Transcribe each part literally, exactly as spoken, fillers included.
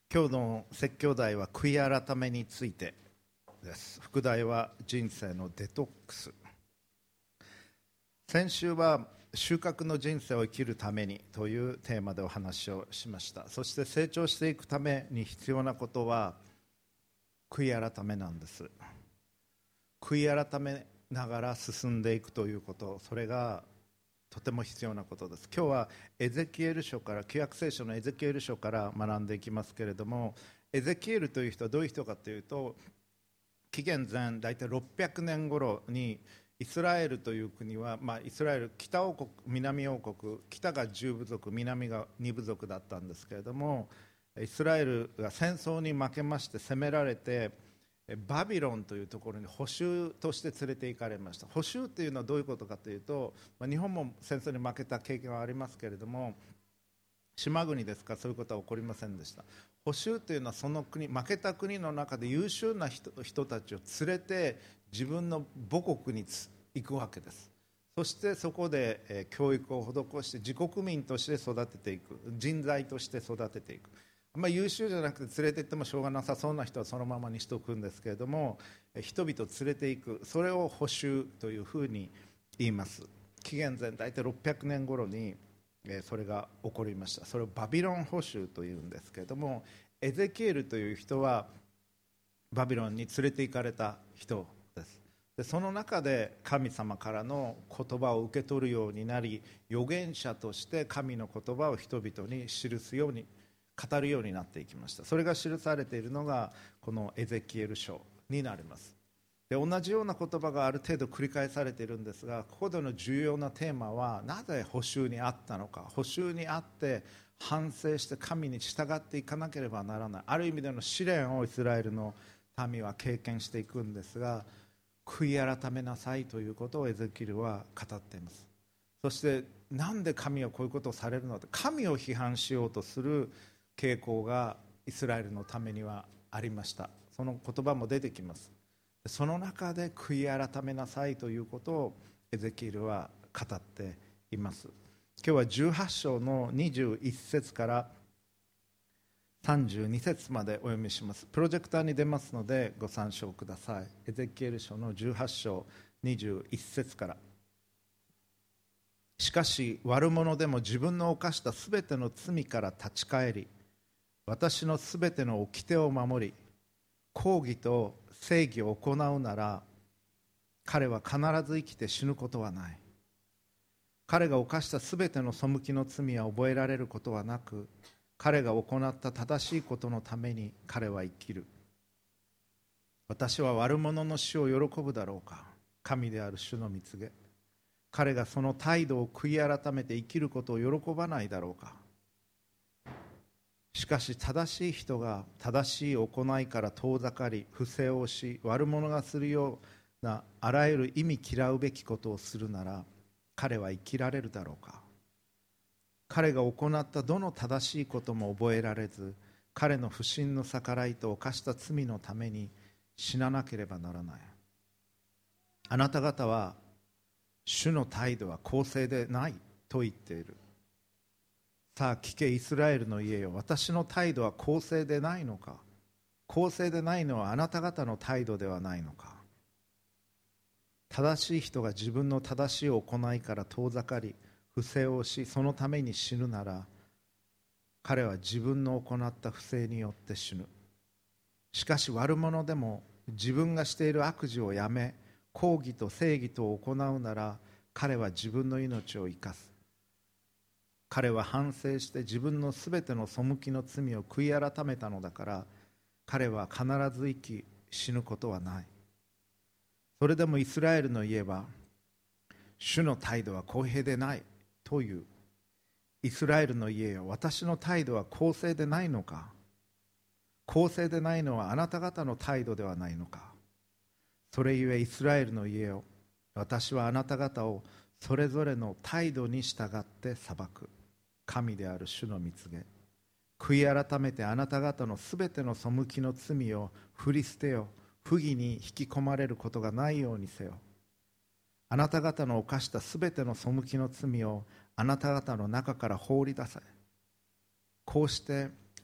今日の説教題は悔い改めについてです。副題は人生のデトックス。先週は収穫の人生を生きるためにというテーマでお話をしました。そして成長していくために必要なことは悔い改めなんです。悔い改めながら進んでいくということ、それがとても必要なことです。今日はエゼキエル書から、旧約聖書のエゼキエル書から学んでいきますけれども、エゼキエルという人はどういう人かというと、紀元前大体ろっぴゃくねん頃にイスラエルという国は、まあ、イスラエル北王国南王国、北がじゅう部族南がに部族だったんですけれども、イスラエルが戦争に負けまして攻められてバビロンというところに捕囚として連れて行かれました。捕囚というのはどういうことかというと、まあ、日本も戦争に負けた経験はありますけれども、島国ですからそういうことは起こりませんでした。捕囚というのはその国、負けた国の中で優秀な 人, 人たちを連れて自分の母国に行くわけです。そしてそこで、えー、教育を施して自国民として育てていく、人材として育てていく。あんまり優秀じゃなくて連れて行ってもしょうがなさそうな人はそのままにしておくんですけれども、人々を連れていく、それを捕囚というふうに言います。紀元前大体ろっぴゃくねん頃にそれが起こりました。それをバビロン捕囚というんですけれども、エゼキエルという人はバビロンに連れて行かれた人です。でその中で神様からの言葉を受け取るようになり、預言者として神の言葉を人々に記すように語るようになっていきました。それが記されているのがこのエゼキエル書になります。で同じような言葉がある程度繰り返されているんですが、ここでの重要なテーマはなぜ捕囚にあったのか。捕囚にあって反省して神に従っていかなければならない、ある意味での試練をイスラエルの民は経験していくんですが、悔い改めなさいということをエゼキエルは語っています。そしてなんで神はこういうことをされるのか、神を批判しようとする傾向がイスラエルのためにはありました。その言葉も出てきます。その中で悔い改めなさいということをエゼキエルは語っています。今日はじゅうはち章のにじゅういち節からさんじゅうに節までお読みします。プロジェクターに出ますのでご参照ください。エゼキエル書のじゅうはち章にじゅういち節から。しかし悪者でも自分の犯したすべての罪から立ち返り、私のすべての掟を守り、公義と正義を行うなら、彼は必ず生きて死ぬことはない。彼が犯したすべての背きの罪は覚えられることはなく、彼が行った正しいことのために彼は生きる。私は悪者の死を喜ぶだろうか。神である主の御告げ、彼がその態度を悔い改めて生きることを喜ばないだろうか。しかし正しい人が正しい行いから遠ざかり、不正をし、悪者がするようなあらゆる意味嫌うべきことをするなら、彼は生きられるだろうか。彼が行ったどの正しいことも覚えられず、彼の不信の逆らいと犯した罪のために死ななければならない。あなた方は主の態度は公正でないと言っている。さあ聞けイスラエルの家よ、私の態度は公正でないのか。公正でないのはあなた方の態度ではないのか。正しい人が自分の正しい行いから遠ざかり、不正をし、そのために死ぬなら、彼は自分の行った不正によって死ぬ。しかし悪者でも自分がしている悪事をやめ、公義と正義とを行うなら、彼は自分の命を生かす。彼は反省して自分のすべての背きの罪を悔い改めたのだから、彼は必ず生き死ぬことはない。それでもイスラエルの家は、主の態度は公平でないという。イスラエルの家よ、私の態度は公正でないのか。公正でないのはあなた方の態度ではないのか。それゆえイスラエルの家よ、私はあなた方をそれぞれの態度に従って裁く。神である主の御告げ、悔い改めてあなた方のすべての背きの罪を振り捨てよ。不義に引き込まれることがないようにせよ。あなた方の犯したすべての背きの罪をあなた方の中から放り出せ。こうして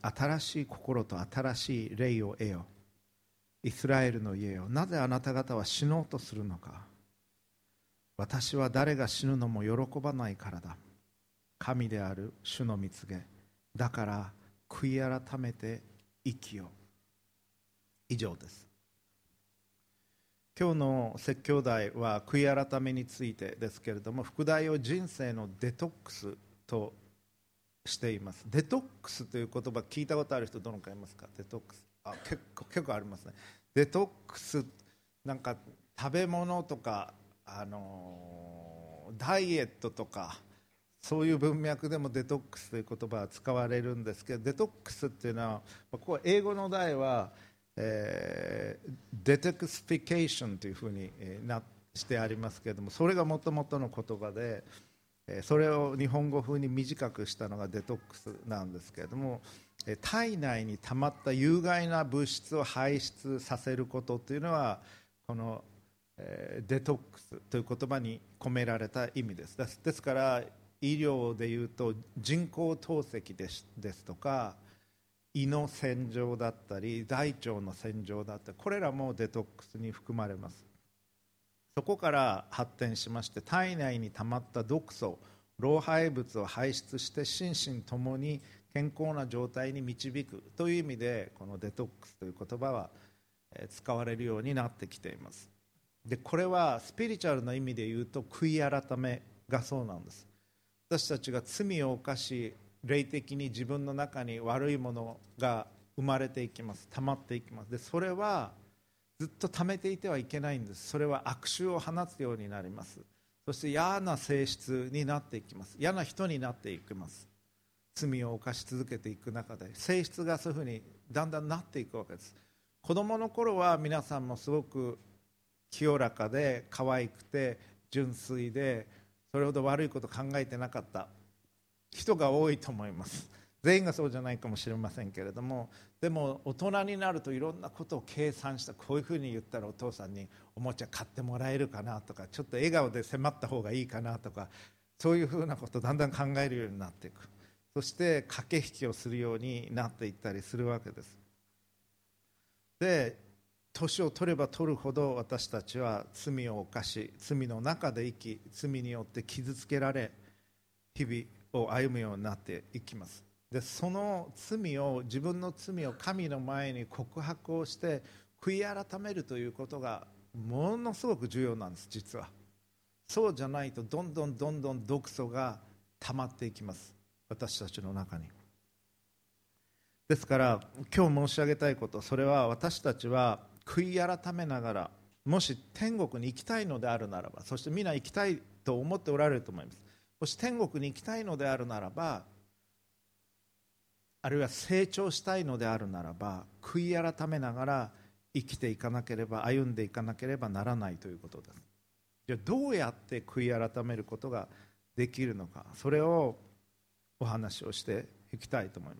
新しい心と新しい霊を得よ。イスラエルの家よ、なぜあなた方は死のうとするのか。私は誰が死ぬのも喜ばないからだ。神である主の蜜げ。だから悔い改めて生きよ。以上です。今日の説教題は悔い改めについてですけれども、副題を人生のデトックスとしています。デトックスという言葉聞いたことある人どのくらいいますか？デトックス、あ、結構結構ありますね。デトックス、なんか食べ物とか、あのー、ダイエットとかそういう文脈でもデトックスという言葉は使われるんですけど、デトックスっていうのはここ英語の題は、えー、デトックスフィケーションというふうになしてありますけれども、それがもともとの言葉で、それを日本語風に短くしたのがデトックスなんですけれども、体内にたまった有害な物質を排出させることというのはこのデトックスという言葉に込められた意味です。ですから医療でいうと人工透析ですですとか、胃の洗浄だったり大腸の洗浄だったり、これらもデトックスに含まれます。そこから発展しまして、体内にたまった毒素、老廃物を排出して心身ともに健康な状態に導くという意味で、このデトックスという言葉は使われるようになってきています。でこれはスピリチュアルな意味で言うと悔い改めがそうなんです。私たちが罪を犯し、霊的に自分の中に悪いものが生まれていきます。溜まっていきます。でそれはずっと溜めていてはいけないんです。それは悪臭を放つようになります。そして嫌な性質になっていきます。嫌な人になっていきます。罪を犯し続けていく中で性質がそういうふうにだんだんなっていくわけです。子供の頃は皆さんもすごく清らかで可愛くて純粋で、それほど悪いこと考えてなかった人が多いと思います。全員がそうじゃないかもしれませんけれども、でも大人になるといろんなことを計算した。こういうふうに言ったらお父さんにおもちゃ買ってもらえるかなとか、ちょっと笑顔で迫った方がいいかなとか、そういうふうなことをだんだん考えるようになっていく。そして駆け引きをするようになっていったりするわけです。で年を取れば取るほど私たちは罪を犯し、罪の中で生き、罪によって傷つけられ、日々を歩むようになっていきます。でその罪を、自分の罪を神の前に告白をして悔い改めるということがものすごく重要なんです。実はそうじゃないとどんどんどんどん毒素が溜まっていきます、私たちの中に。ですから今日申し上げたいこと、それは私たちは悔い改めながら、もし天国に行きたいのであるならば、そしてみんな行きたいと思っておられると思います。もし天国に行きたいのであるならば、あるいは成長したいのであるならば、悔い改めながら生きていかなければ、歩んでいかなければならないということです。じゃあどうやって悔い改めることができるのか、それをお話をしていきたいと思います。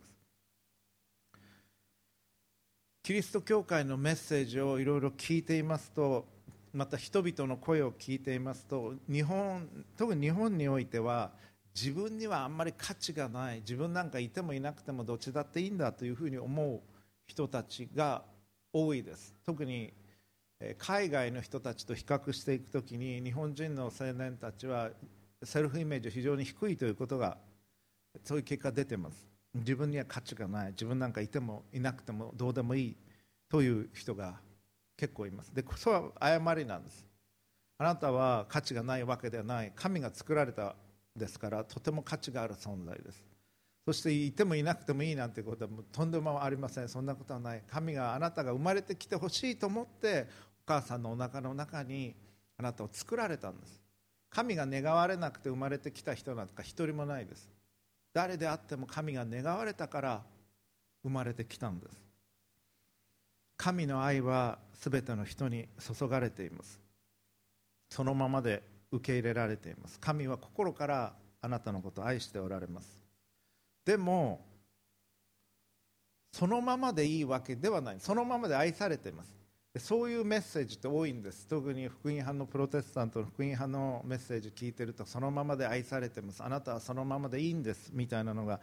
キリスト教会のメッセージをいろいろ聞いていますと、また人々の声を聞いていますと、日本、特に日本においては自分にはあんまり価値がない、自分なんかいてもいなくてもどっちだっていいんだというふうに思う人たちが多いです。特に海外の人たちと比較していくときに、日本人の青年たちはセルフイメージ非常に低いということが、そういう結果出てます。自分には価値がない、自分なんかいてもいなくてもどうでもいいという人が結構います。で、それは誤りなんです。あなたは価値がないわけではない。神が作られたですから、とても価値がある存在です。そしていてもいなくてもいいなんてことはもうとんでもありません。そんなことはない。神があなたが生まれてきてほしいと思ってお母さんのお腹の中にあなたを作られたんです。神が願われなくて生まれてきた人なんか一人もないです。誰であっても神が願われたから生まれてきたんです。神の愛はすべての人に注がれています。そのままで受け入れられています。神は心からあなたのことを愛しておられます。でもそのままでいいわけではない。そのままで愛されています。そういうメッセージって多いんです。特に福音派のプロテスタントの福音派のメッセージ聞いてると、そのままで愛されています、あなたはそのままでいいんですみたいなのが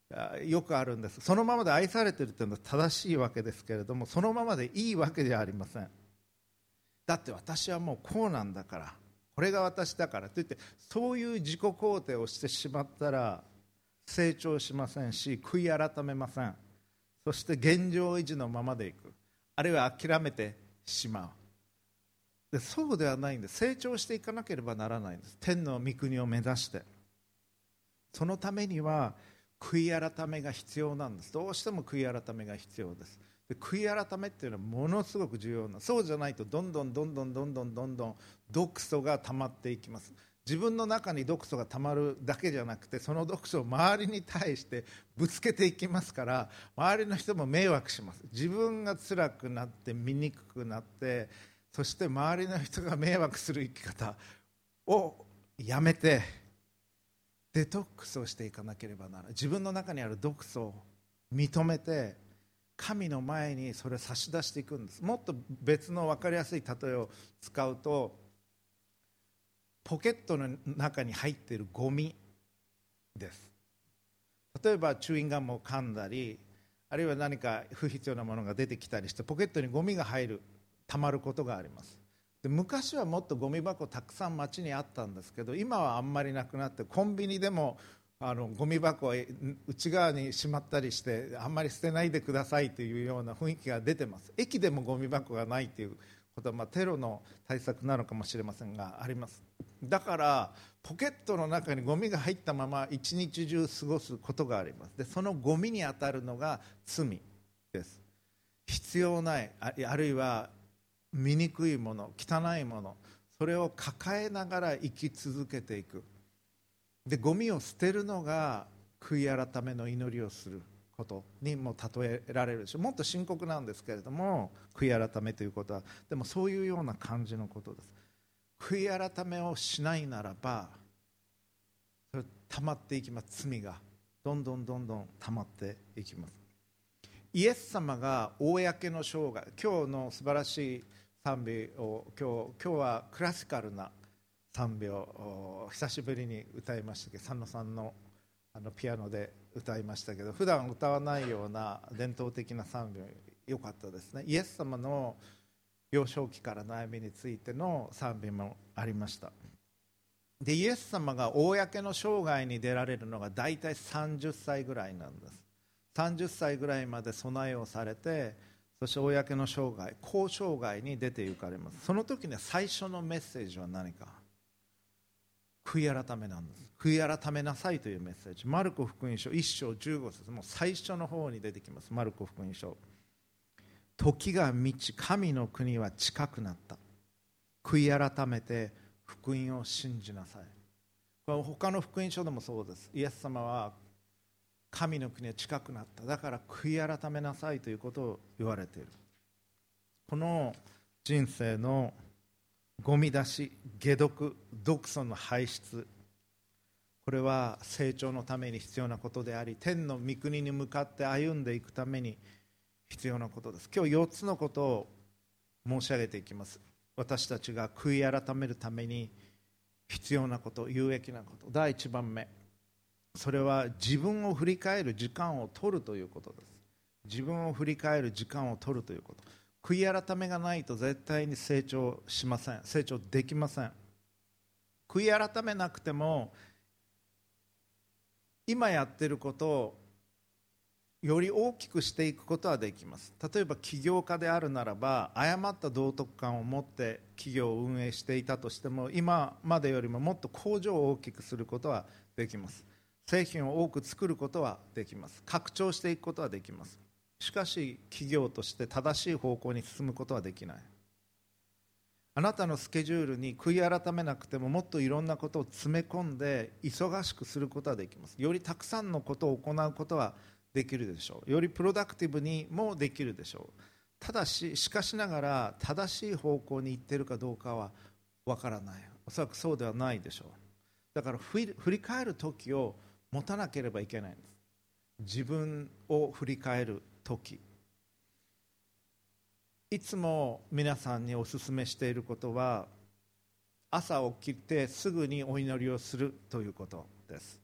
よくあるんです。そのままで愛されているというのは正しいわけですけれども、そのままでいいわけではありません。だって私はもうこうなんだから、これが私だからといって、そういう自己肯定をしてしまったら成長しませんし、悔い改めません。そして現状維持のままでいく、あるいは諦めてしまう。でそうではないんです。成長していかなければならないんです。天の御国を目指して。そのためには悔い改めが必要なんです。どうしても悔い改めが必要です。で悔い改めっていうのはものすごく重要な、そうじゃないとどんどんどんどんどんどんどんどん毒素が溜まっていきます。自分の中に毒素が溜まるだけじゃなくて、その毒素を周りに対してぶつけていきますから、周りの人も迷惑します。自分が辛くなって醜くなって、そして周りの人が迷惑する生き方をやめてデトックスをしていかなければならない。自分の中にある毒素を認めて神の前にそれを差し出していくんです。もっと別の分かりやすい例えを使うと、ポケットの中に入っているゴミです。例えばチューインガムを噛んだり、あるいは何か不必要なものが出てきたりして、ポケットにゴミが入る、溜まることがあります。で昔はもっとゴミ箱たくさん街にあったんですけど、今はあんまりなくなって、コンビニでもあのゴミ箱を内側にしまったりして、あんまり捨てないでくださいというような雰囲気が出てます。駅でもゴミ箱がないということは、まあ、テロの対策なのかもしれませんがあります。だからポケットの中にゴミが入ったまま一日中過ごすことがあります。でそのゴミに当たるのが罪です。必要ない、あるいは醜いもの、汚いもの、それを抱えながら生き続けていく。でゴミを捨てるのが悔い改めの祈りをすることにも例えられるでしょう。もっと深刻なんですけれども、悔い改めということはでもそういうような感じのことです。悔い改めをしないならば、それ溜まっていきます。罪がどんどんどんどん溜まっていきます。イエス様が公の生涯、今日の素晴らしい賛美を今日、今日はクラシカルな賛美を久しぶりに歌いましたけど、佐野さんのあのピアノで歌いましたけど、普段歌わないような伝統的な賛美、良かったですね。イエス様の幼少期からの歩みについての賛美もありました。でイエス様が公の生涯に出られるのがだいたいさんじゅっさいぐらいなんです。さんじゅっさいぐらいまで備えをされて、そして公の生涯、公生涯に出て行かれます。その時に最初のメッセージは何か、悔い改めなんです。悔い改めなさいというメッセージ。マルコ福音書いっ章じゅうご節、もう最初の方に出てきます。マルコ福音書、時が満ち神の国は近くなった、悔い改めて福音を信じなさい。これ他の福音書でもそうです。イエス様は神の国は近くなった、だから悔い改めなさいということを言われている。この人生のゴミ出し、解毒、毒素の排出、これは成長のために必要なことであり、天の御国に向かって歩んでいくために必要なことです。今日よっつのことを申し上げていきます。私たちが悔い改めるために必要なこと、有益なこと。だいいちばんめ、それは自分を振り返る時間を取るということです。自分を振り返る時間を取るということ。悔い改めがないと絶対に成長しません。成長できません。悔い改めなくても今やっていることをより大きくしていくことはできます。例えば起業家であるならば、誤った道徳観を持って企業を運営していたとしても、今までよりももっと工場を大きくすることはできます。製品を多く作ることはできます。拡張していくことはできます。しかし企業として正しい方向に進むことはできない。あなたのスケジュールに悔い改めなくてももっといろんなことを詰め込んで忙しくすることはできます。よりたくさんのことを行うことはできるでしょう。よりプロダクティブにもできるでしょう。ただししかしながら正しい方向に行っているかどうかはわからない。おそらくそうではないでしょう。だから振り返る時を持たなければいけないんです。自分を振り返る時、いつも皆さんにお勧めしていることは、朝起きてすぐにお祈りをするということです。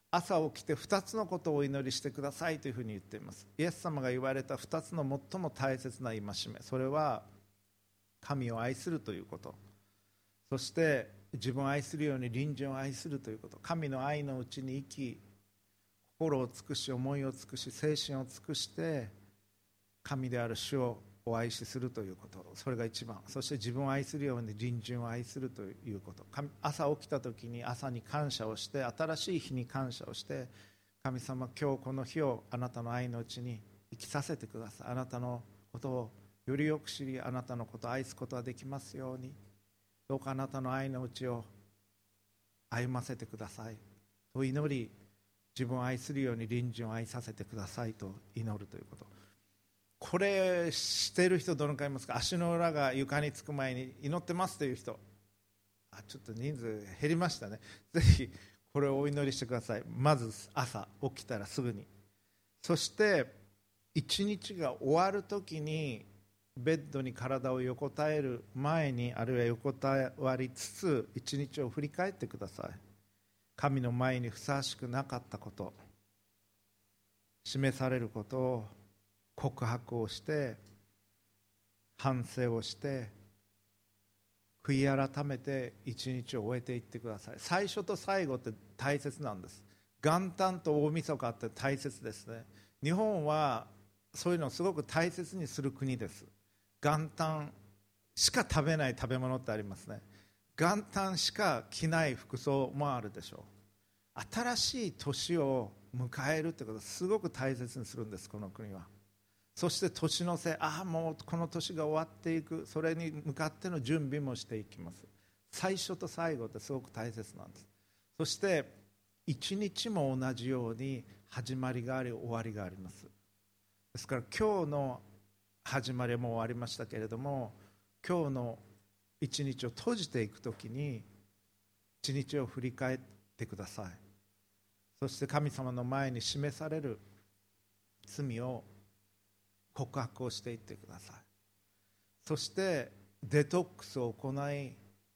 朝起きてふたつのことをお祈りしてくださいというふうに言っています。イエス様が言われたふたつの最も大切な戒め、それは神を愛するということ、そして自分を愛するように隣人を愛するということ、神の愛のうちに生き、心を尽くし思いを尽くし精神を尽くして神である主をお愛しするということ、それが一番。そして自分を愛するように隣人を愛するということ、朝起きた時に朝に感謝をして、新しい日に感謝をして、神様今日この日をあなたの愛のうちに生きさせてください、あなたのことをよりよく知り、あなたのことを愛すことができますように、どうかあなたの愛のうちを歩ませてくださいと祈り、自分を愛するように隣人を愛させてくださいと祈るということ。これしている人どのくらいいますか？足の裏が床につく前に祈ってますという人、あ、ちょっと人数減りましたね。ぜひこれをお祈りしてください。まず朝起きたらすぐに、そして一日が終わるときにベッドに体を横たえる前に、あるいは横たわりつつ一日を振り返ってください。神の前にふさわしくなかったこと、示されることを告白をして、反省をして、悔い改めて一日を終えていってください。最初と最後って大切なんです。元旦と大晦日って大切ですね。日本はそういうのをすごく大切にする国です。元旦しか食べない食べ物ってありますね。元旦しか着ない服装もあるでしょう。新しい年を迎えるってことをすごく大切にするんです、この国は。そして年の瀬、ああもうこの年が終わっていく、それに向かっての準備もしていきます。最初と最後ってすごく大切なんです。そして一日も同じように始まりがあり終わりがあります。ですから今日の始まりはもう終わりましたけれども、今日の一日を閉じていくときに一日を振り返ってください。そして神様の前に示される罪を告白をしていってください。そしてデトックスを行い、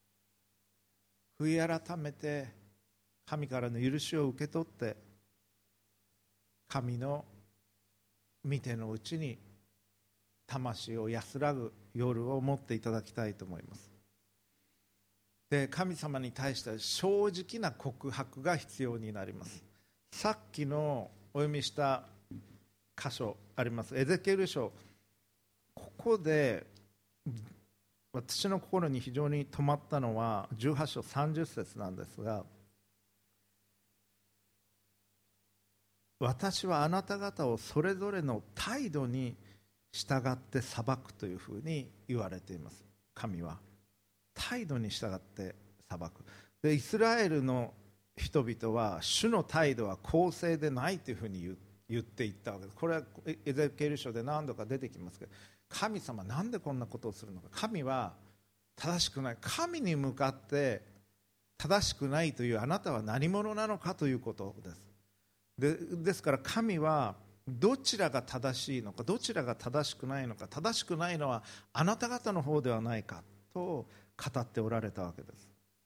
悔い改めて神からの許しを受け取って、神の御手のうちに魂を安らぐ夜を持っていただきたいと思います。で、神様に対して正直な告白が必要になります。さっきのお読みした箇所あります、エゼキエル書、ここで私の心に非常に止まったのはじゅうはち章さんじゅっ節なんですが、私はあなた方をそれぞれの態度に従って裁くというふうに言われています。神は態度に従って裁く。で、イスラエルの人々は主の態度は公正でないというふうに言って言っていったわけです。これはエゼキエル書で何度か出てきますけど、神様なんでこんなことをするのか。神は正しくない。神に向かって正しくないというあなたは何者なのかということです。で、ですから神はどちらが正しいのか、どちらが正しくないのか、正しくないのはあなた方の方ではないかと語っておられたわけです。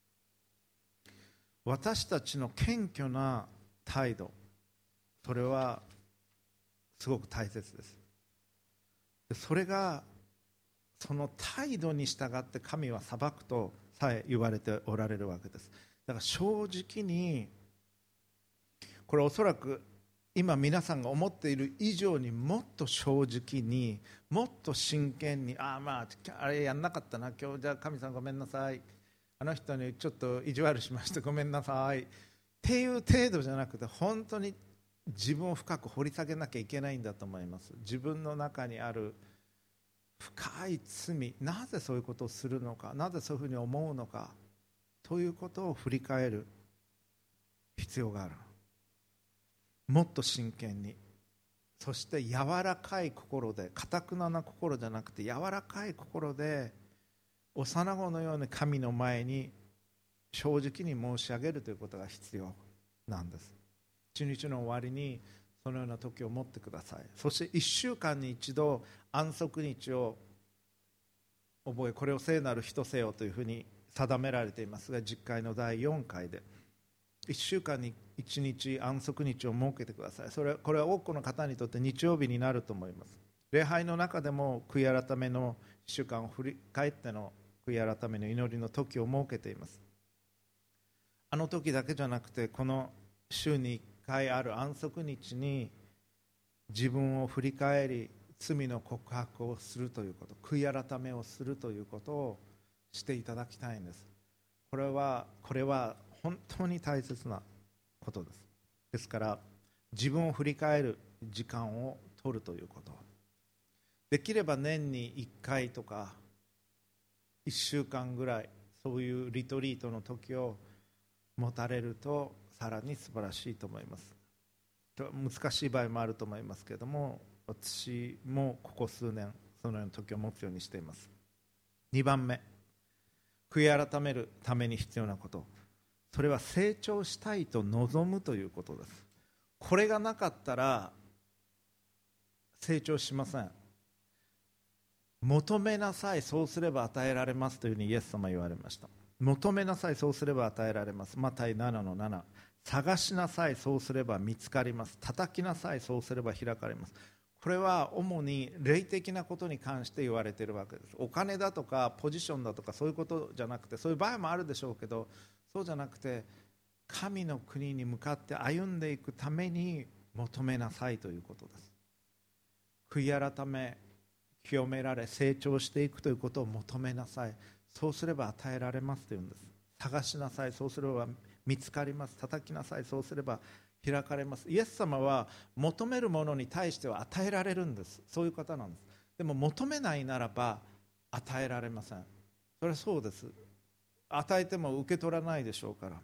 私たちの謙虚な態度、それはすごく大切です。それがその態度に従って神は裁くとさえ言われておられるわけです。だから正直に、これおそらく今皆さんが思っている以上にもっと正直に、もっと真剣に、ああまああれやんなかったな、今日じゃあ神さんごめんなさい、あの人にちょっと意地悪しましたごめんなさいっていう程度じゃなくて、本当に自分を深く掘り下げなきゃいけないんだと思います。自分の中にある深い罪、なぜそういうことをするのか、なぜそういうふうに思うのかということを振り返る必要がある。もっと真剣に、そして柔らかい心で、堅くなな心じゃなくて柔らかい心で、幼子のように神の前に正直に申し上げるということが必要なんです。一日の終わりにそのような時を持ってください。そしていっしゅうかんに一度安息日を覚え、これを聖なる日とせよというふうに定められていますが、実会のだいよんかいでいっしゅうかんにいちにち安息日を設けてください。それこれは多くの方にとって日曜日になると思います。礼拝の中でも悔い改めのいっしゅうかんを振り返っての悔い改めの祈りの時を設けています。あの時だけじゃなくて、この週にいっかいある安息日に自分を振り返り、罪の告白をするということ、悔い改めをするということをしていただきたいんです。これはこれは本当に大切なことです。ですから自分を振り返る時間を取るということ、できれば年にいっかいとかいっしゅうかんぐらい、そういうリトリートの時を持たれるとさらに素晴らしいと思います。難しい場合もあると思いますけれども、私もここ数年そのような時を持つようにしています。にばんめ、悔い改めるために必要なこと、それは成長したいと望むということです。これがなかったら成長しません。求めなさい、そうすれば与えられますというふうにイエス様は言われました。求めなさい、そうすれば与えられます。マタイななのなな、探しなさい、そうすれば見つかります。叩きなさい、そうすれば開かれます。これは主に霊的なことに関して言われているわけです。お金だとかポジションだとかそういうことじゃなくて、そういう場合もあるでしょうけど、そうじゃなくて神の国に向かって歩んでいくために求めなさいということです。悔い改め、清められ成長していくということを求めなさい、そうすれば与えられますというんです。探しなさい、そうすれば見つかります。叩きなさい、そうすれば開かれます。イエス様は求めるものに対しては与えられるんです。そういう方なんです。でも求めないならば与えられません。それはそうです。与えても受け取らないでしょうから。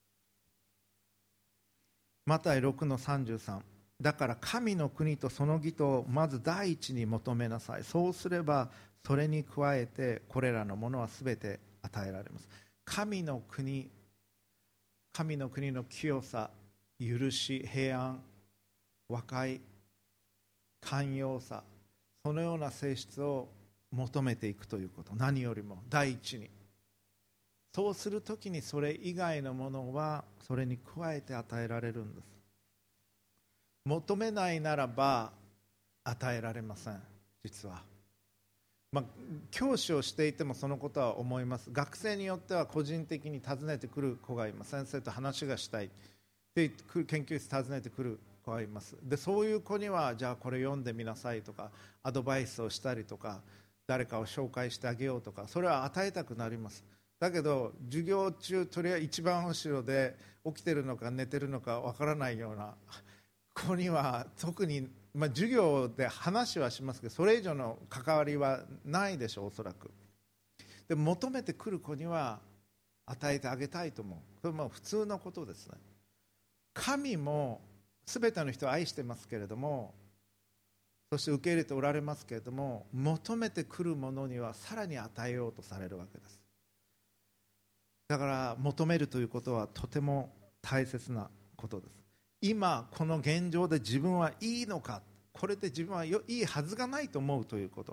マタイろくのさんじゅうさん、だから神の国とその義とまず第一に求めなさい、そうすればそれに加えてこれらのものはすべて与えられます。神の国、神の国の清さ、許し、平安、和解、寛容さ、そのような性質を求めていくということ、何よりも第一に。そうするときにそれ以外のものはそれに加えて与えられるんです。求めないならば与えられません。実は、まあ、教師をしていてもそのことは思います。学生によっては個人的に訪ねてくる子がいます。先生と話がしたいで研究室訪ねてくる子がいます。でそういう子にはじゃあこれ読んでみなさいとかアドバイスをしたりとか誰かを紹介してあげようとか、それは与えたくなります。だけど授業中とりあえず一番後ろで起きてるのか寝てるのかわからないような子には特に、まあ、授業で話はしますけどそれ以上の関わりはないでしょう、おそらく。でも求めてくる子には与えてあげたいと思う。これも普通のことですね。神も全ての人を愛してますけれども、そして受け入れておられますけれども、求めてくるものにはさらに与えようとされるわけです。だから求めるということはとても大切なことです。今この現状で自分はいいのか、これで自分はいいはずがないと思うということ。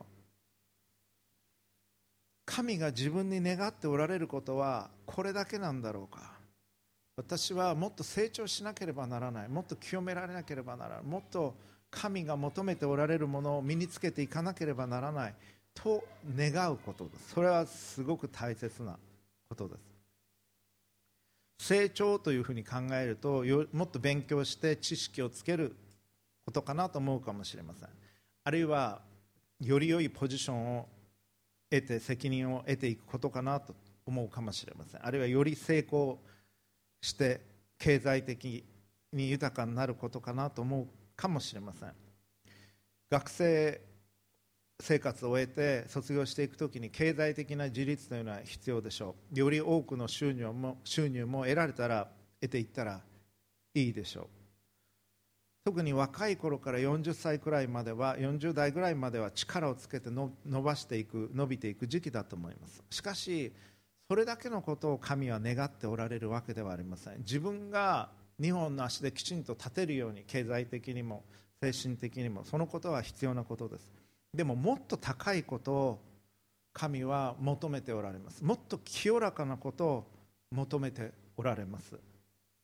神が自分に願っておられることはこれだけなんだろうか。私はもっと成長しなければならない、もっと清められなければならない、もっと神が求めておられるものを身につけていかなければならないと願うことです。それはすごく大切なことです。成長というふうに考えるとよもっと勉強して知識をつけることかなと思うかもしれません。あるいはより良いポジションを得て責任を得ていくことかなと思うかもしれません。あるいはより成功して経済的に豊かになることかなと思うかもしれません。学生生活を終えて卒業していくときに経済的な自立というのは必要でしょう。より多くの収入も収入も得られたら得ていったらいいでしょう。特に若い頃からよんじゅっさいくらいまではよんじゅう代ぐらいまでは力をつけての伸ばしていく伸びていく時期だと思います。しかしそれだけのことを神は願っておられるわけではありません。自分がにほんの足できちんと立てるように経済的にも精神的にもそのことは必要なことです。でももっと高いことを神は求めておられます。もっと清らかなことを求めておられます。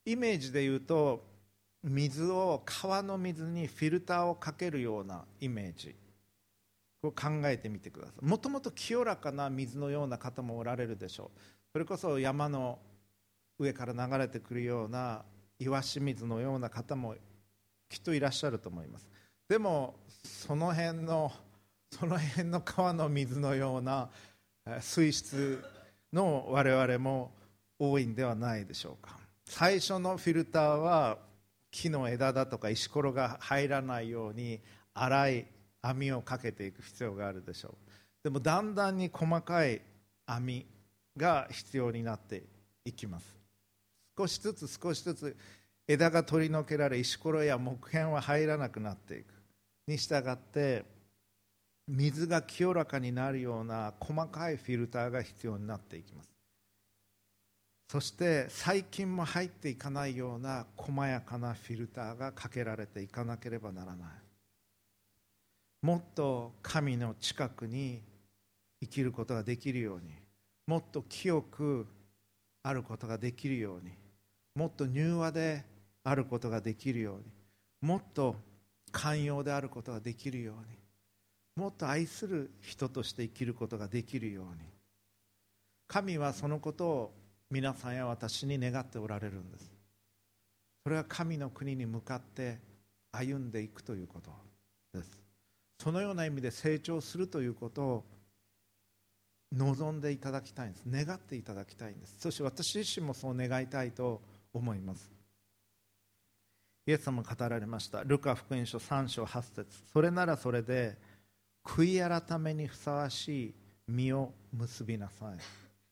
イメージで言うと、水を川の水にフィルターをかけるようなイメージを考えてみてください。もともと清らかな水のような方もおられるでしょう。それこそ山の上から流れてくるような岩清水のような方もきっといらっしゃると思います。でもその辺のその辺の川の水のような水質の我々も多いんではないでしょうか。最初のフィルターは木の枝だとか石ころが入らないように粗い網をかけていく必要があるでしょう。でもだんだんに細かい網が必要になっていきます。少しずつ少しずつ枝が取り除けられ、石ころや木片は入らなくなっていくに従って、水が清らかになるような細かいフィルターが必要になっていきます。そして細菌も入っていかないような細やかなフィルターがかけられていかなければならない。もっと神の近くに生きることができるように、もっと清くあることができるように、もっと柔和であることができるように、もっと寛容であることができるように、もっと愛する人として生きることができるように、神はそのことを皆さんや私に願っておられるんです。それは神の国に向かって歩んでいくということです。そのような意味で成長するということを望んでいただきたいんです。願っていただきたいんです。そして私自身もそう願いたいと思います。イエス様が語られました。ルカ福音書さん章はち節、それならそれで悔い改めにふさわしい実を結びなさい。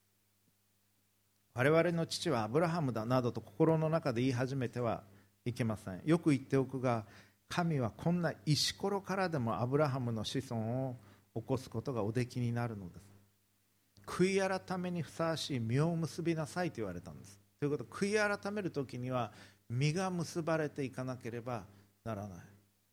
我々の父はアブラハムだなどと心の中で言い始めてはいけません。よく言っておくが、神はこんな石ころからでもアブラハムの子孫を起こすことがおできになるのです。悔い改めにふさわしい実を結びなさいと言われたんです。ということは、悔い改めるときには実が結ばれていかなければならない。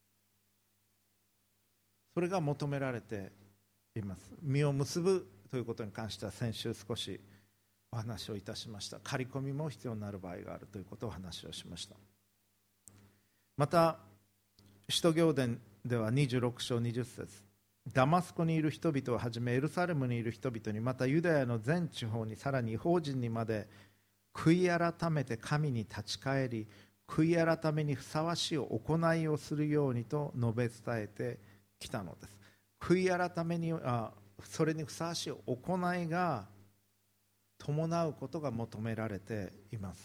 それが求められています。実を結ぶということに関しては先週少しお話をいたしました。刈り込みも必要になる場合があるということをお話をしました。また使徒行伝ではにじゅうろく章にじゅっ節、ダマスコにいる人々をはじめエルサレムにいる人々に、またユダヤの全地方に、さらに異邦人にまで悔い改めて神に立ち返り、悔い改めにふさわしい行いをするようにと述べ伝えてきたのです。悔い改めにあそれにふさわしい行いが伴うことが求められています。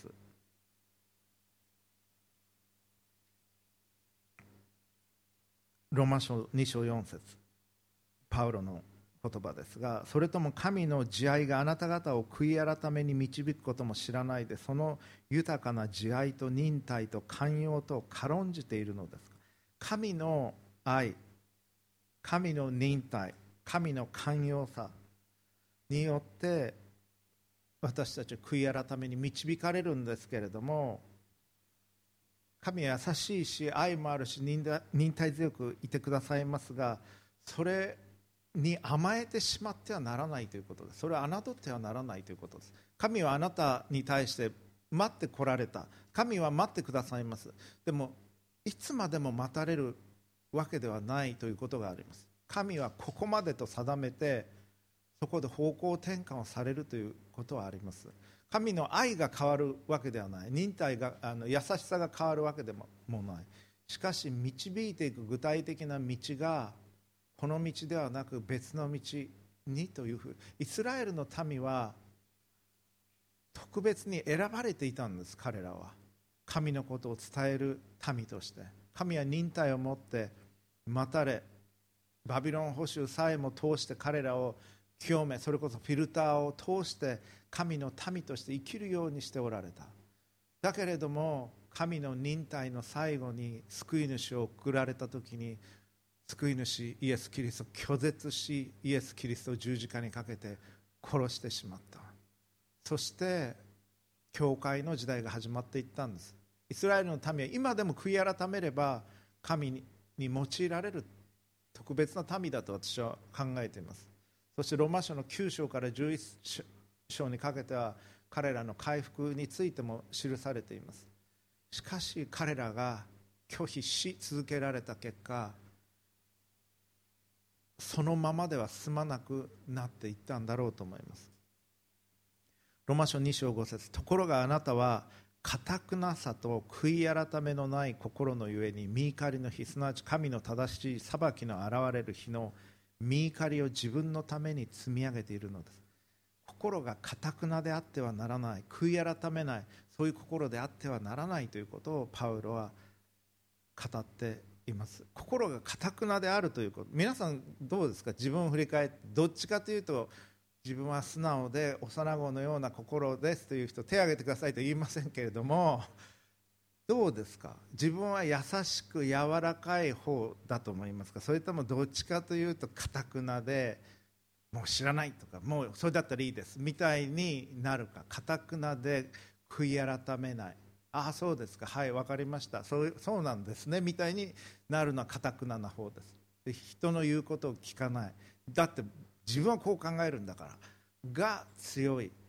ローマ書に章よん節、パウロの言葉ですが、それとも神の慈愛があなた方を悔い改めに導くことも知らないで、その豊かな慈愛と忍耐と寛容と軽んじているのですか。神の愛、神の忍耐、神の寛容さによって私たちは悔い改めに導かれるんですけれども、神は優しいし愛もあるし忍耐強くいてくださいますが、それに甘えてしまってはならないということです。それは侮ってはならないということです。神はあなたに対して待ってこられた。神は待ってくださいます。でもいつまでも待たれるわけではないということがあります。神はここまでと定めて、そこで方向転換をされるということはあります。神の愛が変わるわけではない、忍耐があの優しさが変わるわけでもない。しかし導いていく具体的な道がこの道ではなく別の道にというふう、イスラエルの民は特別に選ばれていたんです。彼らは神のことを伝える民として、神は忍耐を持って待たれ、バビロン捕囚さえも通して彼らを清め、それこそフィルターを通して神の民として生きるようにしておられた。だけれども神の忍耐の最後に救い主を送られた時に、救い主イエス・キリストを拒絶し、イエス・キリストを十字架にかけて殺してしまった。そして教会の時代が始まっていったんです。イスラエルの民は今でも悔い改めれば神に用いられる特別な民だと私は考えています。そしてローマ書のきゅう章からじゅういち章にかけては彼らの回復についても記されています。 しかし彼らが拒否し続けられた結果、そのままでは済まなくなっていったんだろうと思います。ローマ書に章ご節、ところがあなたは堅くなさと悔い改めのない心のゆえに、御怒りの日、すなわち神の正しい裁きの現れる日の御怒りを自分のために積み上げているのです。心が堅くなであってはならない、悔い改めない、そういう心であってはならないということをパウロは語っています。心が堅くなであるということ、皆さんどうですか？自分を振り返って、どっちかというと自分は素直で幼子のような心ですという人、手を挙げてくださいと言いませんけれども、どうですか？自分は優しく柔らかい方だと思いますか？それともどっちかというと堅くなで、もう知らないとか、もうそれだったらいいですみたいになるか、堅くなで悔い改めない、ああそうですか、はい分かりました、そう、そうなんですねみたいになるのは堅くなな方です。で、人の言うことを聞かない、だって自分はこう考えるんだからが強い、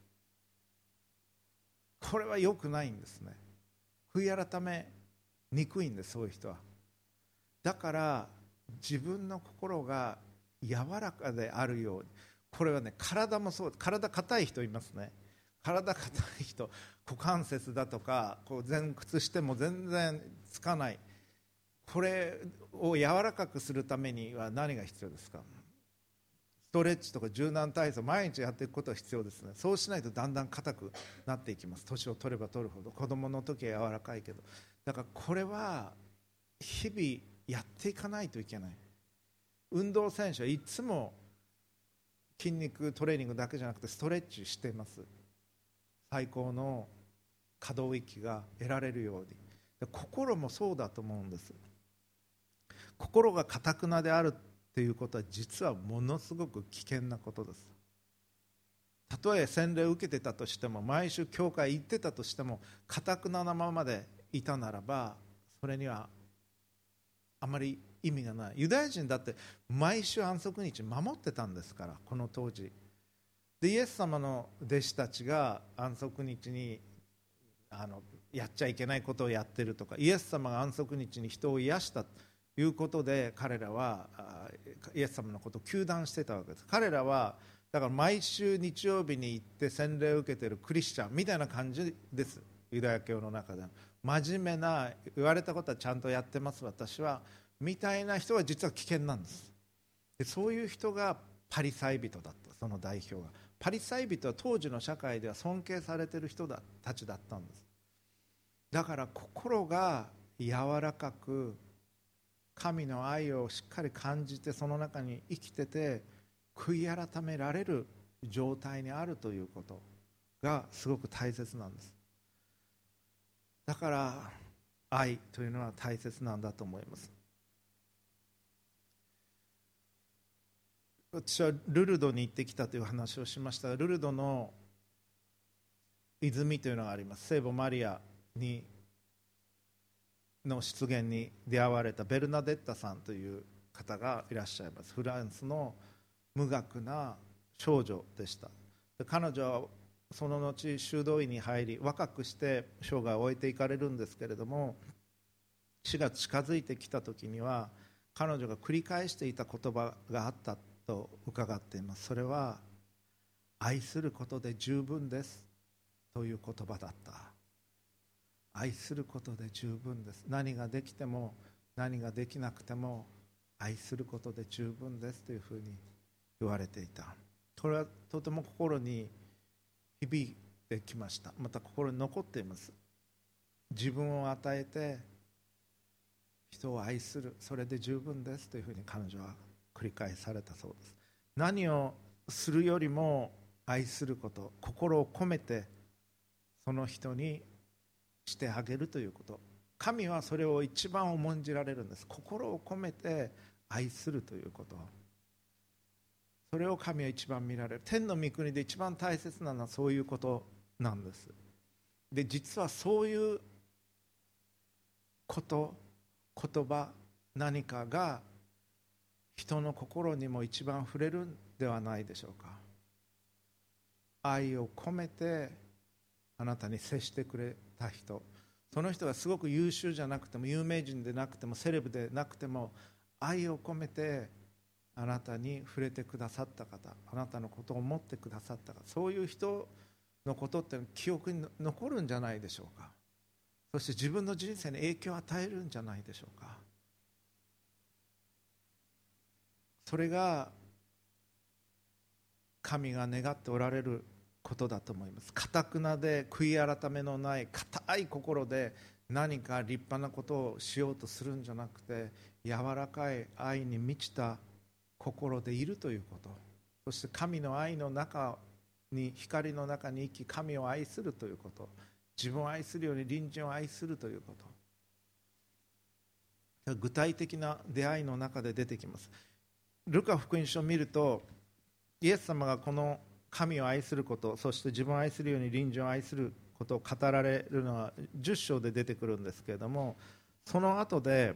これは良くないんですね。悔い改めにくいんです、そういう人は。だから自分の心が柔らかであるように、これはね、体もそう、体硬い人いますね。体硬い人、股関節だとかこう前屈しても全然つかない、これを柔らかくするためには何が必要ですか？ストレッチとか柔軟体操、毎日やっていくことが必要ですね。そうしないとだんだん硬くなっていきます。年を取れば取るほど。子供の時は柔らかいけど、だからこれは日々やっていかないといけない。運動選手はいつも筋肉トレーニングだけじゃなくてストレッチしています。最高の可動域が得られるように。心もそうだと思うんです。心が堅くなであるっていうことは実はものすごく危険なことです。たとえ洗礼を受けてたとしても、毎週教会行ってたとしても、堅くななままでいたならば、それにはあまり意味がない。ユダヤ人だって毎週安息日守ってたんですから、この当時で。イエス様の弟子たちが安息日にあのやっちゃいけないことをやってるとか、イエス様が安息日に人を癒したということで、彼らはイエス様のことを糾弾してたわけです。彼らはだから毎週日曜日に行って洗礼を受けているクリスチャンみたいな感じです。ユダヤ教の中で真面目な、言われたことはちゃんとやってます私はみたいな人は実は危険なんです。で、そういう人がパリサイ人だった。その代表がパリサイ人は当時の社会では尊敬されている人たちだったんです。だから心が柔らかく、神の愛をしっかり感じて、その中に生きてて悔い改められる状態にあるということがすごく大切なんです。だから愛というのは大切なんだと思います。私はルルドに行ってきたという話をしましたが、ルルドの泉というのがあります。聖母マリアにの出現に出会われたベルナデッタさんという方がいらっしゃいます。フランスの無学な少女でした。で、彼女はその後修道院に入り、若くして生涯を終えていかれるんですけれども、死が近づいてきた時には彼女が繰り返していた言葉があったと伺っています。それは愛することで十分ですという言葉だった。愛することで十分です。何ができても何ができなくても愛することで十分ですというふうに言われていた。これはとても心に響いてきました。また心に残っています。自分を与えて人を愛する、それで十分ですというふうに彼女は繰り返されたそうです。何をするよりも愛すること、心を込めてその人にしてあげるということ、神はそれを一番重んじられるんです。心を込めて愛するということ、それを神は一番見られる。天の御国で一番大切なのはそういうことなんです。で、実はそういうこと、言葉、何かが人の心にも一番触れるんではないでしょうか。愛を込めてあなたに接してくれた人、 その人がすごく優秀じゃなくても、有名人でなくても、セレブでなくても、愛を込めてあなたに触れてくださった方、あなたのことを思ってくださった方、そういう人のことって記憶に残るんじゃないでしょうか。そして自分の人生に影響を与えるんじゃないでしょうか。それが神が願っておられることだと思います。堅くなで悔い改めのない固い心で何か立派なことをしようとするんじゃなくて、柔らかい愛に満ちた心でいるということ、そして神の愛の中に、光の中に生き、神を愛するということ、自分を愛するように隣人を愛するということ、具体的な出会いの中で出てきます。ルカ福音書を見ると、イエス様がこの神を愛すること、そして自分を愛するように隣人を愛することを語られるのはじゅっ章で出てくるんですけれども、その後で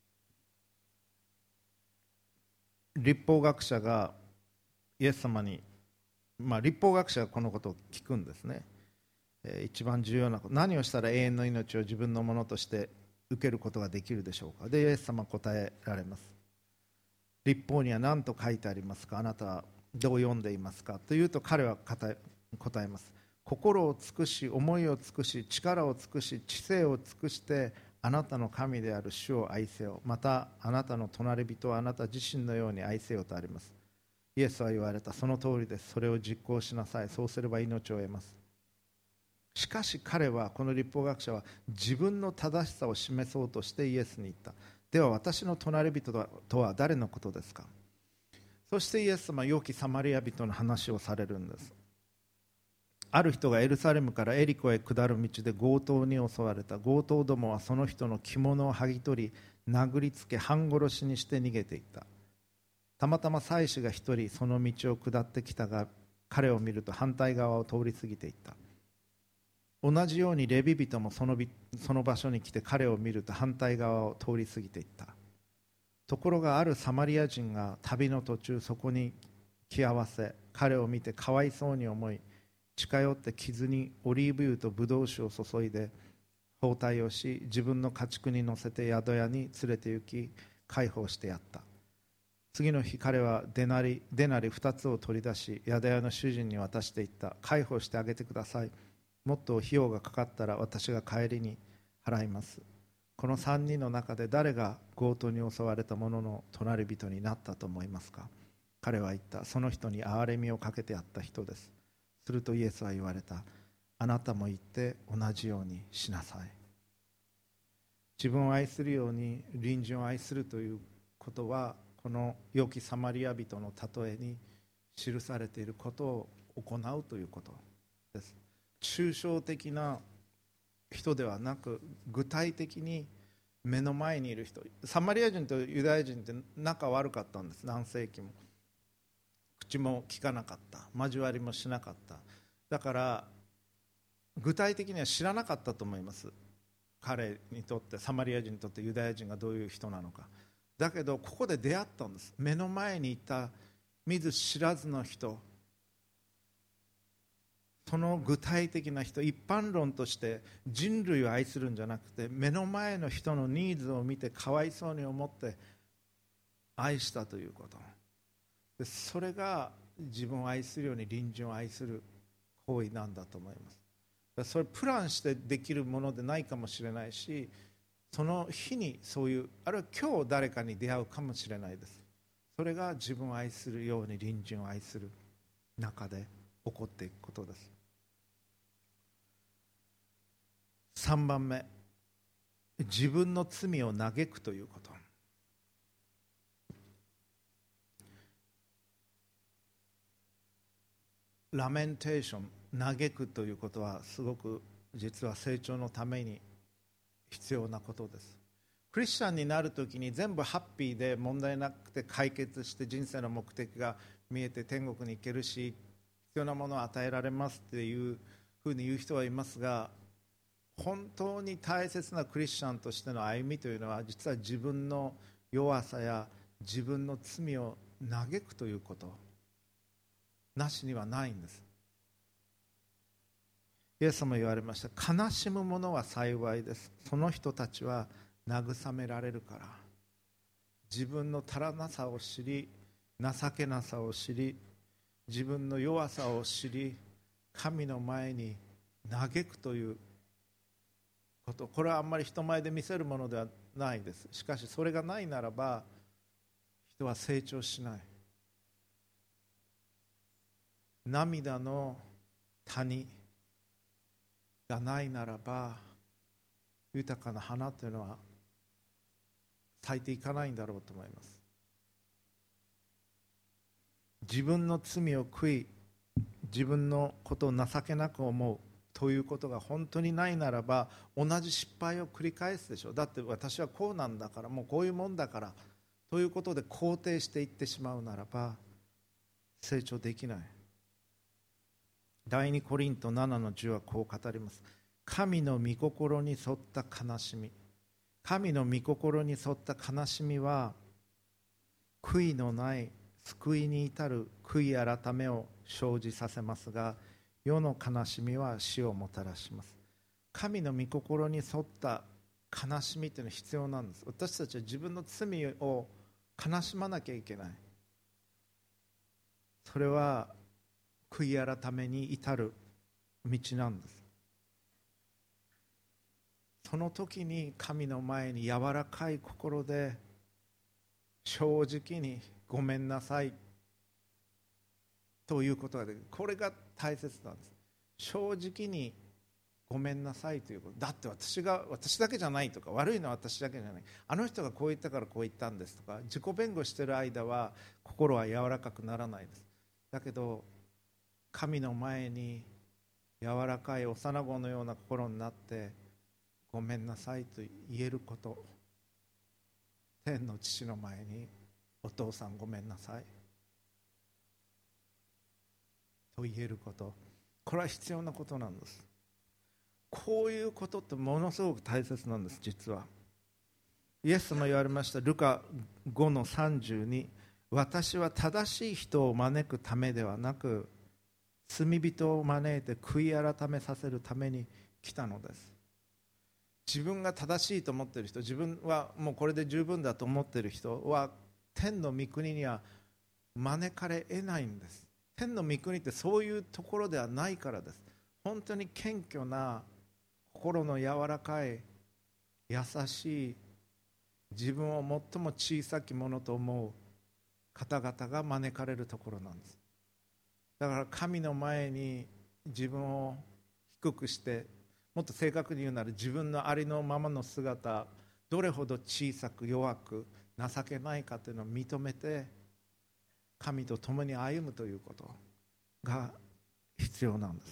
律法学者がイエス様に、まあ、律法学者がこのことを聞くんですね。えー、一番重要なこと、何をしたら永遠の命を自分のものとして受けることができるでしょうか。でイエス様は答えられます。律法には何と書いてありますか、あなたはどう読んでいますかというと、彼は答えます。心を尽くし、思いを尽くし、力を尽くし、知性を尽くしてあなたの神である主を愛せよ、またあなたの隣人をあなた自身のように愛せよとあります。イエスは言われた。その通りです。それを実行しなさい。そうすれば命を得ます。しかし彼は、この律法学者は自分の正しさを示そうとしてイエスに言った。では私の隣人とは誰のことですか。そしてイエス様は良きサマリア人の話をされるんです。ある人がエルサレムからエリコへ下る道で強盗に襲われた。強盗どもはその人の着物を剥ぎ取り、殴りつけ半殺しにして逃げていった。たまたま祭司が一人その道を下ってきたが、彼を見ると反対側を通り過ぎていった。同じようにレビ人もそのその場所に来て彼を見ると反対側を通り過ぎていった。ところがあるサマリア人が旅の途中そこに来合わせ、彼を見てかわいそうに思い、近寄って傷にオリーブ油とブドウ酒を注いで包帯をし、自分の家畜に乗せて宿屋に連れて行き介抱してやった。次の日彼はデナリデナリふたつを取り出し、宿屋の主人に渡していった。介抱してあげてください。もっと費用がかかったら私が帰りに払います。このさんにんの中で誰が強盗に襲われた者の隣人になったと思いますか。彼は言った。その人に憐れみをかけてやった人です。するとイエスは言われた。あなたも言って同じようにしなさい。自分を愛するように隣人を愛するということは、この良きサマリア人の例えに記されていることを行うということです。抽象的な人ではなく、具体的に目の前にいる人。サマリア人とユダヤ人って仲悪かったんです。何世紀も口も聞かなかった、交わりもしなかった。だから具体的には知らなかったと思います。彼にとって、サマリア人にとってユダヤ人がどういう人なのか。だけどここで出会ったんです。目の前にいた見ず知らずの人、その具体的な人、一般論として人類を愛するんじゃなくて、目の前の人のニーズを見てかわいそうに思って愛したということ。でそれが自分を愛するように隣人を愛する行為なんだと思います。それプランしてできるものでないかもしれないし、その日にそういう、あるいは今日誰かに出会うかもしれないです。それが自分を愛するように隣人を愛する中で起こっていくことです。さんばんめ、自分の罪を嘆くということ。ラメンテーション、嘆くということはすごく実は成長のために必要なことです。クリスチャンになるときに全部ハッピーで問題なくて解決して人生の目的が見えて天国に行けるし、必要なものを与えられますっていうふうに言う人はいますが、本当に大切なクリスチャンとしての歩みというのは、実は自分の弱さや自分の罪を嘆くということなしにはないんです。 イエス様も言われました。悲しむ者は幸いです。その人たちは慰められるから。自分の足らなさを知り、情けなさを知り、自分の弱さを知り、神の前に嘆くということ、これはあんまり人前で見せるものではないです。しかしそれがないならば人は成長しない。涙の谷がないならば豊かな花というのは咲いていかないんだろうと思います。自分の罪を悔い、自分のことを情けなく思うということが本当にないならば同じ失敗を繰り返すでしょう。だって私はこうなんだから、もうこういうもんだからということで肯定していってしまうならば成長できない。第二コリントななのじゅうはこう語ります。神の御心に沿った悲しみ、神の御心に沿った悲しみは悔いのない救いに至る悔い改めを生じさせますが、世の悲しみは死をもたらします。神の御心に沿った悲しみというのは必要なんです。私たちは自分の罪を悲しまなきゃいけない。それは悔い改めに至る道なんです。その時に神の前に柔らかい心で正直にごめんなさいということができる。これが大切なんです。正直にごめんなさいということ。だって私が私だけじゃないとか、悪いのは私だけじゃない、あの人がこう言ったからこう言ったんですとか、自己弁護している間は心は柔らかくならないです。だけど神の前に柔らかい幼子のような心になってごめんなさいと言えること、天の父の前にお父さんごめんなさいと言えること、これは必要なことなんです。こういうことってものすごく大切なんです。実はイエスも言われました。ルカごのさんじゅうに、私は正しい人を招くためではなく罪人を招いて悔い改めさせるために来たのです。自分が正しいと思っている人、自分はもうこれで十分だと思っている人は天の御国には招かれ得ないんです。天の御国ってそういうところではないからです。本当に謙虚な心の柔らかい優しい、自分を最も小さきものと思う方々が招かれるところなんです。だから神の前に自分を低くして、もっと正確に言うなら自分のありのままの姿、どれほど小さく弱く情けないかというのを認めて神と共に歩むということが必要なんです。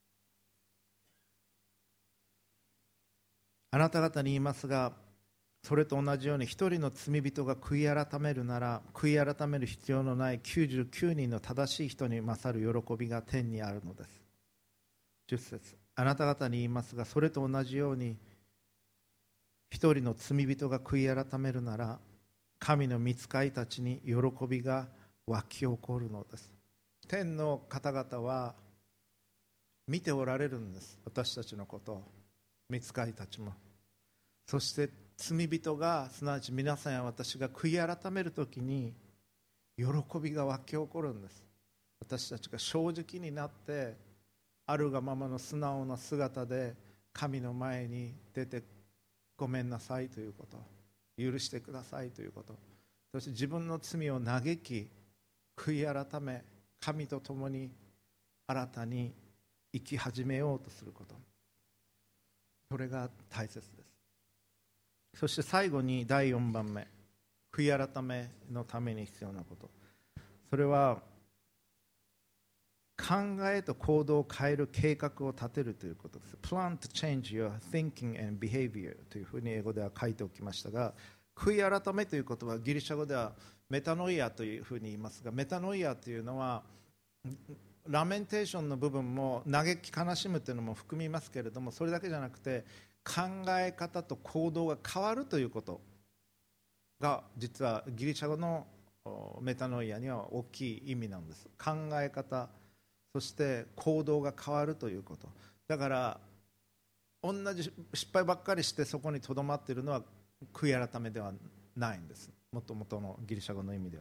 あなた方に言いますが、それと同じように一人の罪人が悔い改めるなら、悔い改める必要のないきゅうじゅうきゅうにんの正しい人に勝る喜びが天にあるのです。じゅっ節、あなた方に言いますが、それと同じように一人の罪人が悔い改めるなら、神の御使いたちに喜びが湧き起こるのです。天の方々は見ておられるんです。私たちのことを、御使いたちも。そして罪人が、すなわち皆さんや私が悔い改めるときに喜びが湧き起こるんです。私たちが正直になってあるがままの素直な姿で神の前に出て、ごめんなさいということ、許してくださいということ、そして自分の罪を嘆き悔い改め、神と共に新たに生き始めようとすること、それが大切です。そして最後にだいよんばんめ、悔い改めのために必要なこと、それは考えと行動を変える計画を立てるということです。 Plan to change your thinking and behavior というふうに英語では書いておきましたが、悔い改めという言葉はギリシャ語ではメタノイアというふうに言いますが、メタノイアというのはラメンテーションの部分も嘆き悲しむというのも含みますけれども、それだけじゃなくて考え方と行動が変わるということが実はギリシャ語のメタノイアには大きい意味なんです。考え方、そして行動が変わるということ。 だから同じ失敗ばっかりしてそこにとどまっているのは悔い改めではないんです。もともとのギリシャ語の意味では。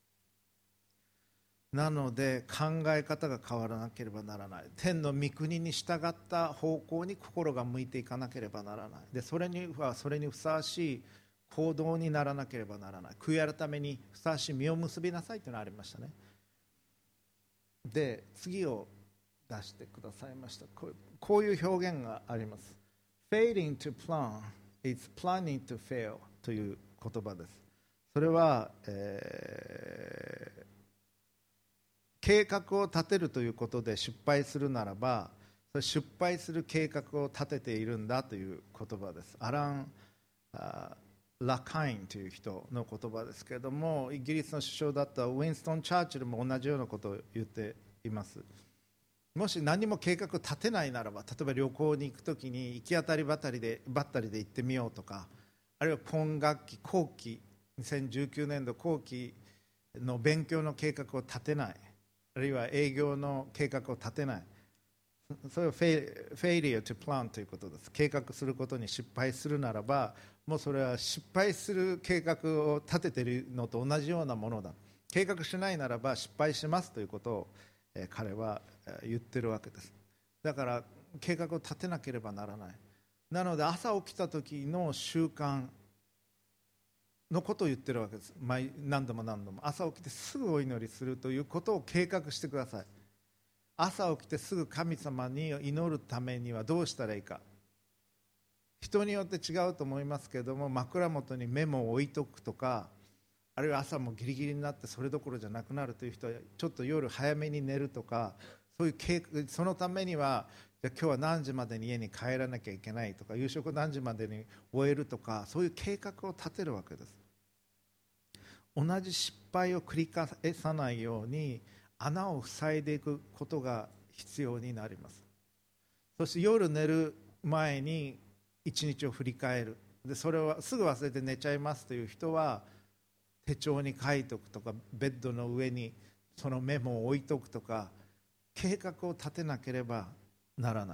なので考え方が変わらなければならない。天の御国に従った方向に心が向いていかなければならない。でそれにはそれにふさわしい行動にならなければならない。悔い改めにふさわしい実を結びなさいというのがありましたね。で次を出してくださいました。こう、こういう表現があります。 Failing to plan is planning to fail という言葉です。それは、えー計画を立てるということで失敗するならば、それ失敗する計画を立てているんだという言葉です。アラン・ラカインという人の言葉ですけれども、イギリスの首相だったウィンストン・チャーチルも同じようなことを言っています。もし何も計画を立てないならば、例えば旅行に行くときに行き当たりばったりでばったりで行ってみようとか、あるいは今学期後期にせんじゅうきゅうねんど後期の勉強の計画を立てない、あるいは営業の計画を立てない、それをフェイ、フェイリア to plan ということです。計画することに失敗するならば、もうそれは失敗する計画を立てているのと同じようなものだ。計画しないならば失敗しますということを、えー、彼は言ってるわけです。だから計画を立てなければならない。なので朝起きた時の習慣のことを言ってるわけです。毎何度も何度も朝起きてすぐお祈りするということを計画してください。朝起きてすぐ神様に祈るためにはどうしたらいいか。人によって違うと思いますけれども、枕元にメモを置いとくとか、あるいは朝もギリギリになってそれどころじゃなくなるという人はちょっと夜早めに寝るとか、そういう計画、そのためにはじゃあ今日は何時までに家に帰らなきゃいけないとか、夕食何時までに終えるとか、そういう計画を立てるわけです。同じ失敗を繰り返さないように穴を塞いでいくことが必要になります。そして夜寝る前に一日を振り返る。でそれはすぐ忘れて寝ちゃいますという人は手帳に書いておくとか、ベッドの上にそのメモを置いておくとか、計画を立てなければならない。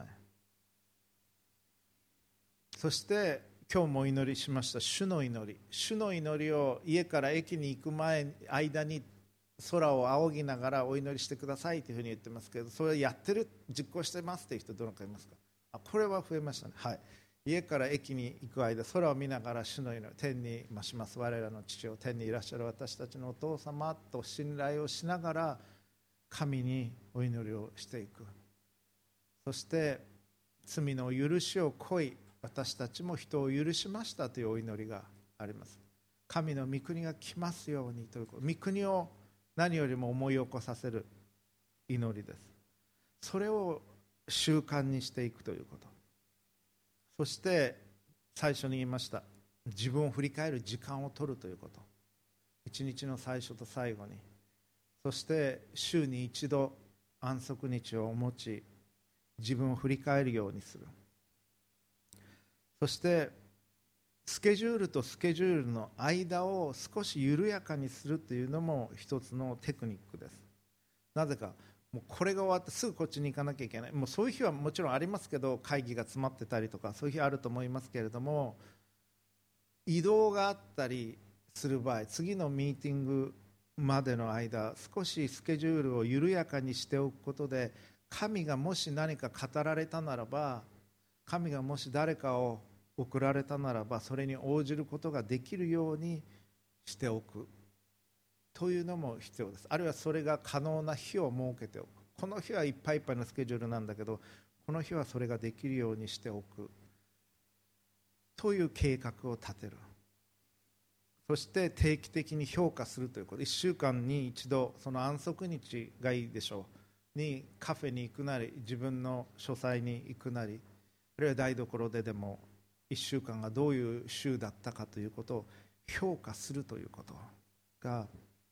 そして今日もお祈りしました主の祈り。主の祈りを家から駅に行く前間に空を仰ぎながらお祈りしてくださいというふうに言ってますけど、それやってる、実行してますという人どのかいますか。あ、これは増えましたね。はい。家から駅に行く間、空を見ながら主の祈り、天に増します我らの父を、天にいらっしゃる私たちのお父様と信頼をしながら神にお祈りをしていく。そして罪の許しを請い、私たちも人を許しましたというお祈りがあります。神の御国が来ますようにということ、御国を何よりも思い起こさせる祈りです。それを習慣にしていくということ。そして最初に言いました自分を振り返る時間を取るということ。一日の最初と最後に、そして週に一度安息日を持ち自分を振り返るようにする。そしてスケジュールとスケジュールの間を少し緩やかにするというのも一つのテクニックです。なぜか、もうこれが終わってすぐこっちに行かなきゃいけない、もうそういう日はもちろんありますけど、会議が詰まってたりとかそういう日あると思いますけれども、移動があったりする場合、次のミーティングまでの間少しスケジュールを緩やかにしておくことで、神がもし何か語られたならば、神がもし誰かを送られたならばそれに応じることができるようにしておくというのも必要です。あるいはそれが可能な日を設けておく。この日はいっぱいいっぱいのスケジュールなんだけど、この日はそれができるようにしておくという計画を立てる。そして定期的に評価するということ。いっしゅうかんに一度、その安息日がいいでしょうにカフェに行くなり、自分の書斎に行くなり、あるいは台所ででもいっしゅうかんがどういう週だったかということを評価するということが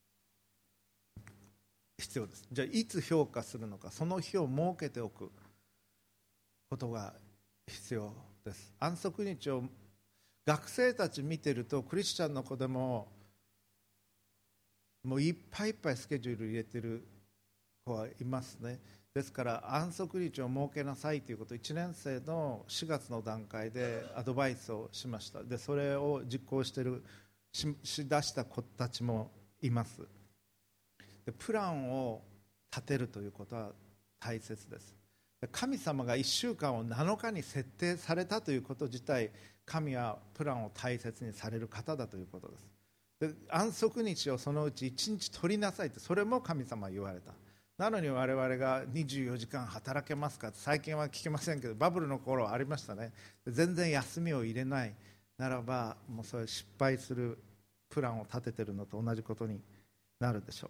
必要です。じゃあいつ評価するのか、その日を設けておくことが必要です。安息日を学生たち見てると、クリスチャンの子でももういっぱいいっぱいスケジュール入れてる子はいますね。 ですから安息日を設けなさいということをいちねん生のしがつの段階でアドバイスをしました。でそれを実行している し, しだした子たちもいます。でプランを立てるということは大切です。神様がいっしゅうかんをなのかに設定されたということ自体、神はプランを大切にされる方だということです。で安息日をそのうちいちにち取りなさいって、それも神様は言われた。なのに我々がにじゅうよじかん働けますかって、最近は聞きませんけどバブルの頃はありましたね。全然休みを入れないならば、もうそれ失敗するプランを立てているのと同じことになるでしょう。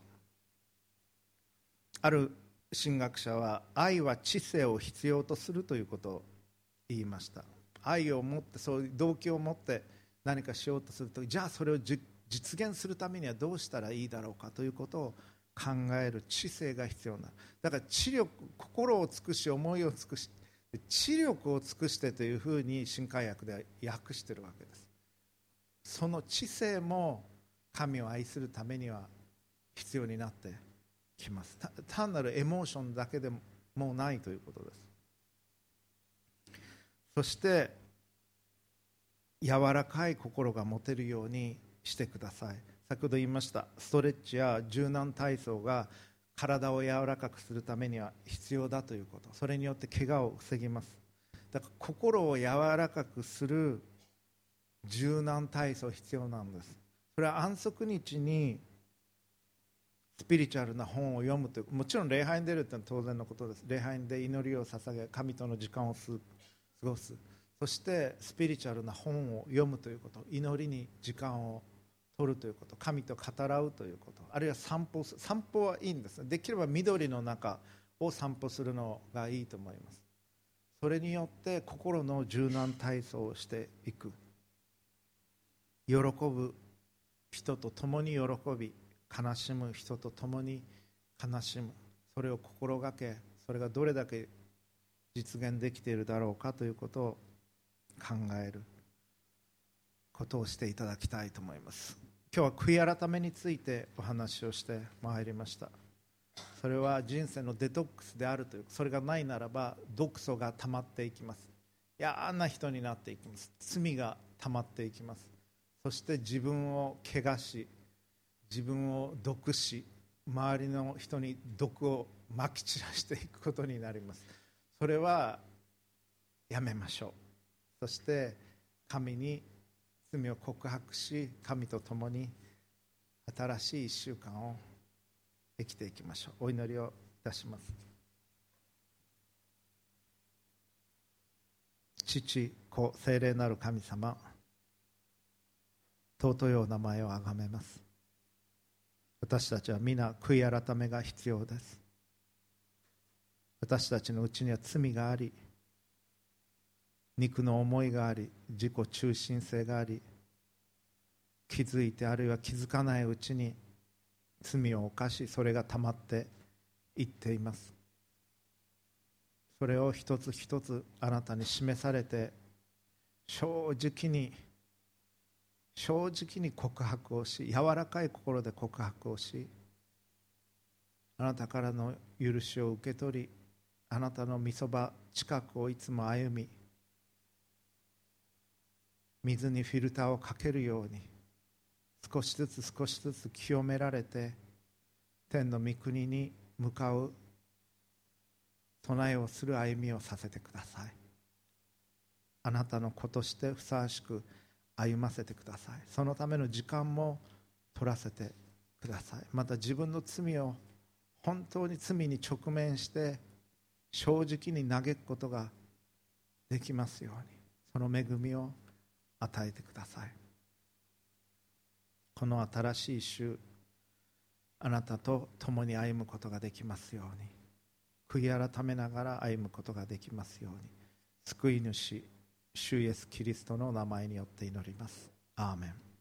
ある神学者は、愛は知性を必要とするということを言いました。愛を持って、そういう動機を持って何かしようとすると、じゃあそれを実現するためにはどうしたらいいだろうかということを考える知性が必要な。だから知力、心を尽くし思いを尽くし、知力を尽くしてというふうに新海訳では訳しているわけです。その知性も神を愛するためには必要になってきます。単なるエモーションだけでもうないということです。そして柔らかい心が持てるようにしてください。先ほど言いました、ストレッチや柔軟体操が体を柔らかくするためには必要だということ、それによって怪我を防ぎます。だから心を柔らかくする柔軟体操必要なんです。それは安息日にスピリチュアルな本を読むという、もちろん礼拝に出るというのは当然のことです。礼拝で祈りを捧げ、神との時間を過ごす。そしてスピリチュアルな本を読むということ、祈りに時間を取るということ、神と語らうということ、あるいは散歩する。散歩はいいんです。できれば緑の中を散歩するのがいいと思います。それによって心の柔軟体操をしていく。喜ぶ人と共に喜び、悲しむ人と共に悲しむ、それを心がけ、それがどれだけ実現できているだろうかということを考えることをしていただきたいと思います。今日は悔い改めについてお話をしてまいりました。それは人生のデトックスであるという、それがないならば毒素が溜まっていきます。嫌な人になっていきます。罪が溜まっていきます。そして自分を汚し、自分を毒し、周りの人に毒をまき散らしていくことになります。それはやめましょう。そして神に罪を告白し、神と共に新しいいっしゅうかんを生きていきましょう。お祈りをいたします。父、子、聖霊なる神様、尊いお名前をあがめます。私たちは皆悔い改めが必要です。私たちのうちには罪があり、肉の思いがあり、自己中心性があり、気づいてあるいは気づかないうちに罪を犯し、それが溜まっていっています。それを一つ一つあなたに示されて、正直に正直に告白をし、柔らかい心で告白をし、あなたからの許しを受け取り、あなたの御そば近くをいつも歩み、水にフィルターをかけるように少しずつ少しずつ清められて、天の御国に向かう備えをする歩みをさせてください。あなたの子としてふさわしく歩ませてください。そのための時間も取らせてください。また自分の罪を本当に罪に直面して正直に嘆くことができますように、その恵みを与えてください。この新しい週、あなたと共に歩むことができますように、悔い改めながら歩むことができますように、救い主主イエスキリストの名前によって祈ります。アーメン。